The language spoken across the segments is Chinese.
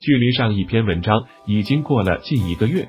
距离上一篇文章已经过了近1个月。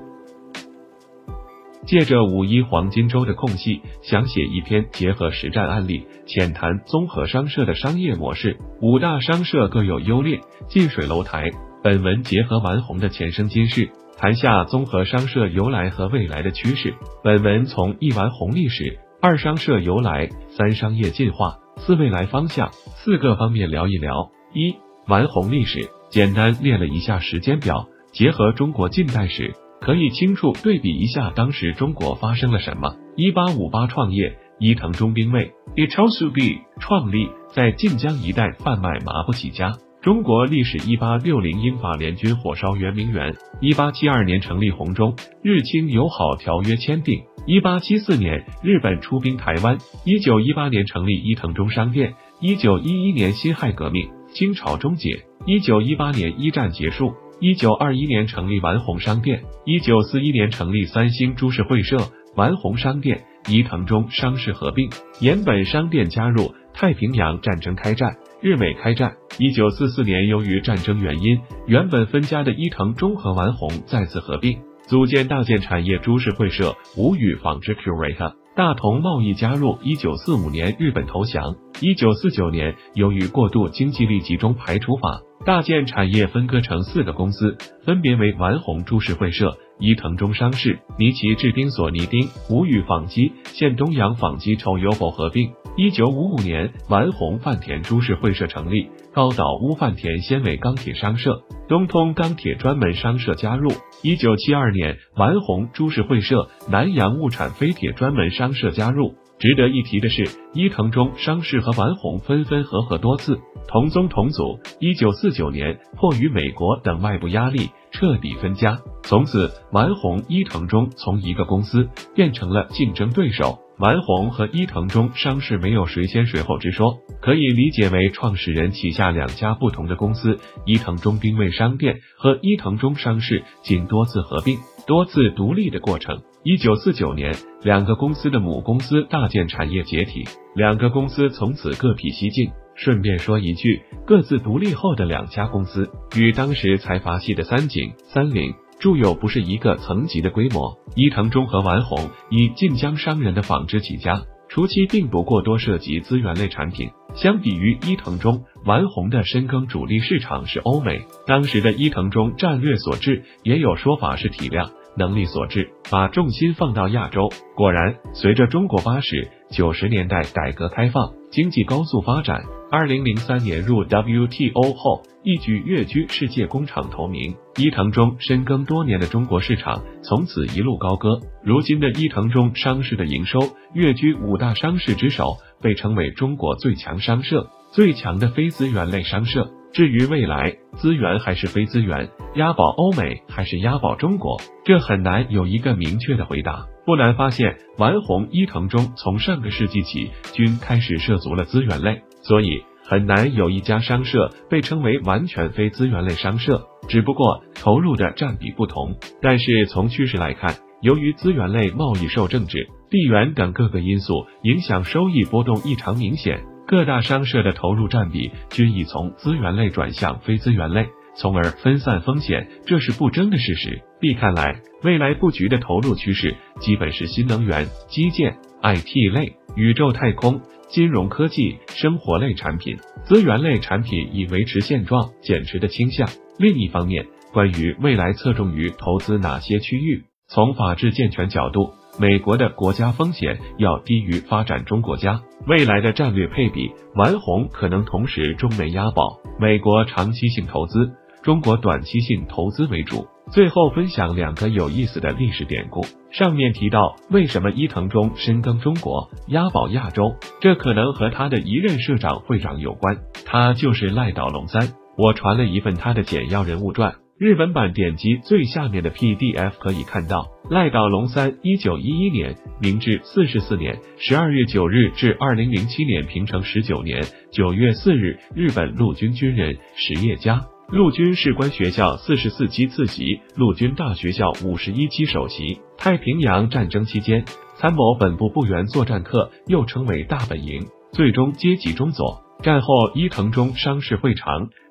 借着5·1黄金周的空隙，想写一篇结合实战案例，浅谈综合商社的商业模式。5大商社各有优劣，近水楼台。本文结合完红的前生今世，谈下综合商社由来和未来的趋势。本文从1完红历史、2商社由来、3商业进化、4未来方向4个方面聊一聊。1完红历史，简单列了一下时间表，结合中国近代史，可以清楚对比一下当时中国发生了什么。1858创业，伊藤忠兵卫 Itosugi 创立，在晋江一带贩卖麻布起家。中国历史1860英法联军火烧圆明园，1872年成立红中，日清友好条约签订，1874年日本出兵台湾，1918年成立伊藤忠商店，1911年辛亥革命，清朝终结，1918年一战结束，1921年成立完红商店，1941年成立三星株式会社，完红商店、伊藤忠商事合并，岩本商店加入，太平洋战争开战，日美开战。1944年由于战争原因，原本分家的伊藤忠和完红再次合并，组建大建产业株式会社，吴宇纺织 Curate。大同贸易加入，1945年日本投降，1949年由于过度经济力集中排除法，大建产业分割成4个公司，分别为完红株式会社、伊藤忠商事、尼奇制冰所尼丁、吴宇纺机、现东洋纺机 Toyobo 合并。1955年完红饭田株式会社成立，高岛屋饭田纤维钢铁商社、东通钢铁专门商社加入。1972年完红株式会社、南洋物产飞铁专门商社加入。值得一提的是，伊藤忠商事和完红分分合合多次，同宗同祖。1949年迫于美国等外部压力，彻底分家，从此完红、伊藤忠从一个公司变成了竞争对手。完红和伊藤忠商事没有谁先谁后之说，可以理解为创始人旗下2家不同的公司，伊藤忠兵卫商店和伊藤忠商事仅多次合并、多次独立的过程。1949年2个公司的母公司大建产业解体，2个公司从此各辟蹊径。顺便说一句，各自独立后的2家公司与当时财阀系的三井、三菱、住友不是一个层级的规模。伊藤忠和完红以晋江商人的纺织起家，初期并不过多涉及资源类产品，相比于伊藤忠、完红的深耕主力市场是欧美，当时的伊藤忠战略所致，也有说法是体量、能力所致，把重心放到亚洲。果然，随着中国80、90年代改革开放，经济高速发展，2003年入 WTO 后，一举跃居世界工厂头名。伊藤忠深耕多年的中国市场，从此一路高歌。如今的伊藤忠商事的营收跃居5大商事之首，被称为中国最强商社，最强的非资源类商社。至于未来，资源还是非资源，押宝欧美还是押宝中国，这很难有一个明确的回答。不难发现，完红、伊藤忠从上个世纪起均开始涉足了资源类，所以很难有一家商社被称为完全非资源类商社，只不过投入的占比不同。但是从趋势来看，由于资源类贸易受政治、地缘等各个因素影响，收益波动异常明显，各大商社的投入占比均已从资源类转向非资源类，从而分散风险，这是不争的事实。必看来，未来布局的投入趋势基本是新能源、基建、IT 类、宇宙太空、金融科技、生活类产品，资源类产品已维持现状、减持的倾向。另一方面，关于未来侧重于投资哪些区域，从法治健全角度，美国的国家风险要低于发展中国家，未来的战略配比，完红可能同时中美押宝，美国长期性投资，中国短期性投资为主。最后分享2个有意思的历史典故。上面提到，为什么伊藤忠深耕中国，押宝亚洲，这可能和他的一任社长会长有关，他就是赖岛龙三。我传了一份他的简要人物传，日本版点击最下面的 PDF 可以看到，赖岛龙三1911年明治44年12月9日至2007年平成19年9月4日，日本陆军军人，实业家，陆军士官学校44级次级，陆军大学校51级首席。太平洋战争期间，参谋本部部员作战课，又称为大本营，最终阶级中佐。战后伊藤忠商事会长，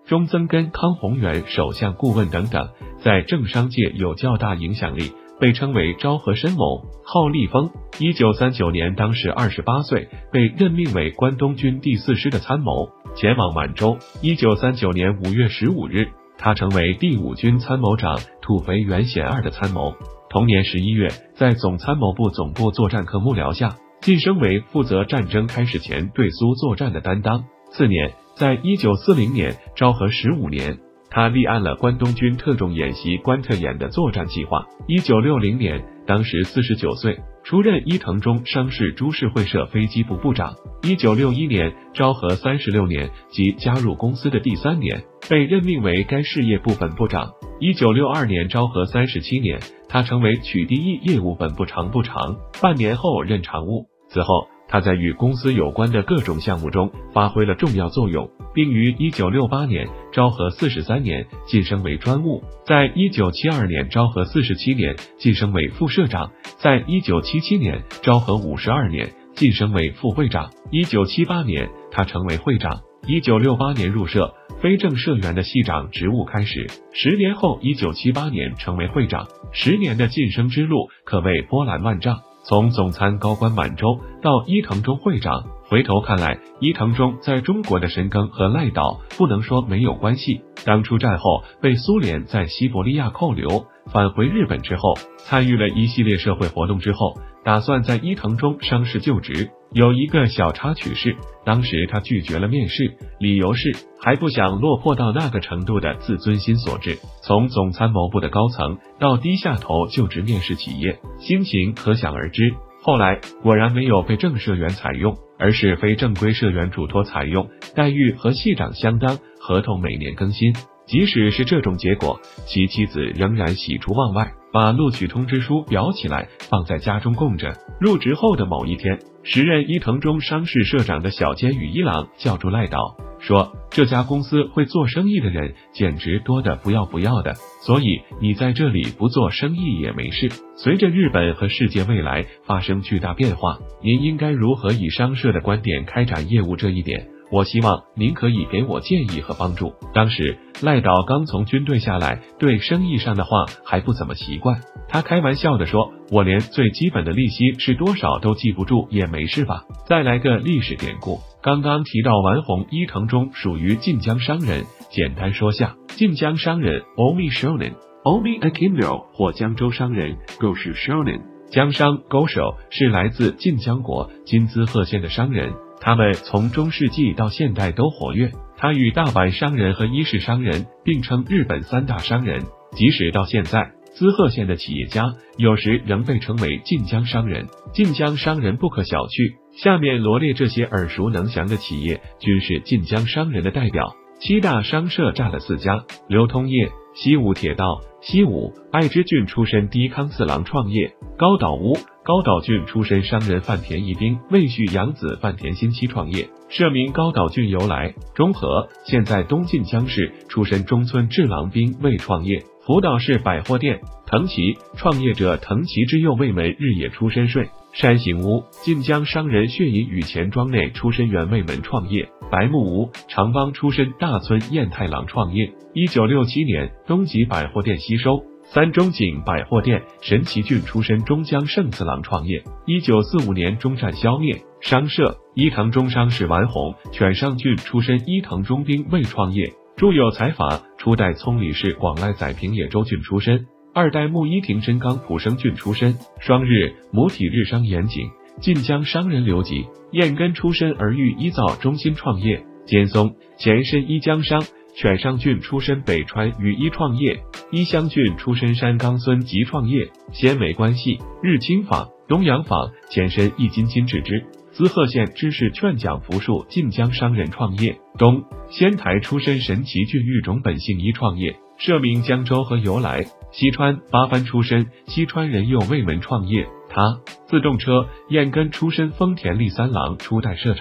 钟增根、康宏源首相顾问等等，在政商界有较大影响力，被称为昭和参谋。号立峰，1939年当时28岁，被任命为关东军第4师的参谋，前往满洲。1939年5月15日，他成为第5军参谋长土肥原贤二的参谋。同年11月，在总参谋部总部作战科幕僚下，晋升为负责战争开始前对苏作战的担当。次年，在1940年昭和15年，他立案了关东军特种演习关特演的作战计划。1960年，当时49岁，出任伊藤忠商事株式会社飞机部部长。1961年昭和36年，即加入公司的第3年，被任命为该事业部本部长。1962年昭和37年，他成为取缔役业务本部常部长，半年后任常务。此后，他在与公司有关的各种项目中发挥了重要作用，并于1968年昭和43年晋升为专务，在1972年昭和47年晋升为副社长，在1977年昭和52年晋升为副会长。1978年他成为会长。1968年入社，非正社员的系长职务开始，10年后1978年成为会长，10年的晋升之路可谓波澜万丈。从总参高官满洲到伊藤忠会长，回头看来，伊藤忠在中国的深耕和赖岛不能说没有关系。当初战后被苏联在西伯利亚扣留，返回日本之后，参与了一系列社会活动之后，打算在伊藤忠商事就职。有一个小插曲是，当时他拒绝了面试，理由是还不想落魄到那个程度的自尊心所致。从总参谋部的高层到低下头就职面试企业，心情可想而知。后来果然没有被正社员采用，而是非正规社员嘱托采用，待遇和系长相当，合同每年更新。即使是这种结果，其妻子仍然喜出望外，把录取通知书裱起来放在家中供着。入职后的某一天，时任伊藤忠商事社长的小菅羽一郎叫住赖岛，说这家公司会做生意的人简直多得不要不要的，所以你在这里不做生意也没事。随着日本和世界未来发生巨大变化，您应该如何以商社的观点开展业务这一点，我希望您可以给我建议和帮助。当时赖岛刚从军队下来，对生意上的话还不怎么习惯，他开玩笑地说，我连最基本的利息是多少都记不住也没事吧。再来个历史典故，刚刚提到丸红伊藤忠属于晋江商人，简单说下，晋江商人 Omi Shonen、Omi Akimbo 或江州商人 Goshu Shonen。江商 Goshu 是来自晋江国金滋贺县的商人，他们从中世纪到现代都活跃。他与大阪商人和伊势商人并称日本3大商人，即使到现在，滋贺县的企业家有时仍被称为晋江商人。晋江商人不可小觑，下面罗列这些耳熟能详的企业均是晋江商人的代表。7大商社占了4家，流通业西武铁道，西武爱知郡出身低康四郎创业，高岛屋高岛郡出身商人饭田一兵魏续养子饭田新七创业，社名高岛郡由来。中和现在东晋江市出身中村治郎兵卫创业，福岛市百货店藤崎创业者藤崎之右卫门日野出身税。山形屋晋江商人血饮与钱庄内出身原卫门创业，白木屋长邦出身大村彦太郎创业。1967年东极百货店吸收，三中井百货店神崎郡出身中江胜次郎创业。1945年中战消灭。商社伊藤忠商事丸红犬上郡出身伊藤忠兵卫创业。著有财阀初代聪里氏广濑宰平野州郡出身，二代木伊庭真冈浦生郡出身。双日母体日商严谨晋江商人刘吉彦根出身而寓衣造中心创业。兼松前身伊江商犬上郡出身北川羽衣创业，伊香郡出身山冈孙吉创业。鲜美关系日清坊东洋坊前身义金金制之，滋贺县知识劝讲服数晋江商人创业。东仙台出身神崎郡玉种本姓一创业，社名江州和由来。西川八幡出身西川人右卫门创业。他自动车彦根出身丰田利三郎初代社长。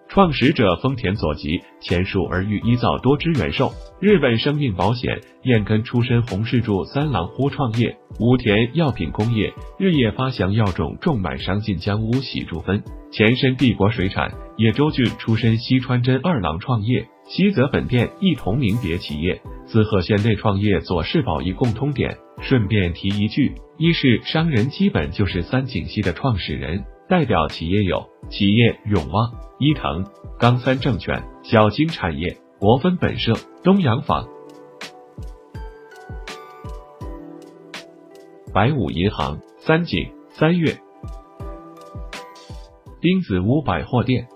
创始者丰田佐吉前述而欲依造多只元寿。日本生命保险燕根出身洪氏著三郎忽创业，武田药品工业日夜发祥药种种满商进江屋喜竹分，前身帝国水产野州郡出身西川真二郎创业，西泽本店一同名别企业，滋贺县内创业佐世保一共通点。顺便提一句，一是商人基本就是三井系的创始人，代表企业有企业永旺、伊藤、冈三证券、小金产业、国分本社、东洋坊、百五银行、三井、三月、丁子屋百货店。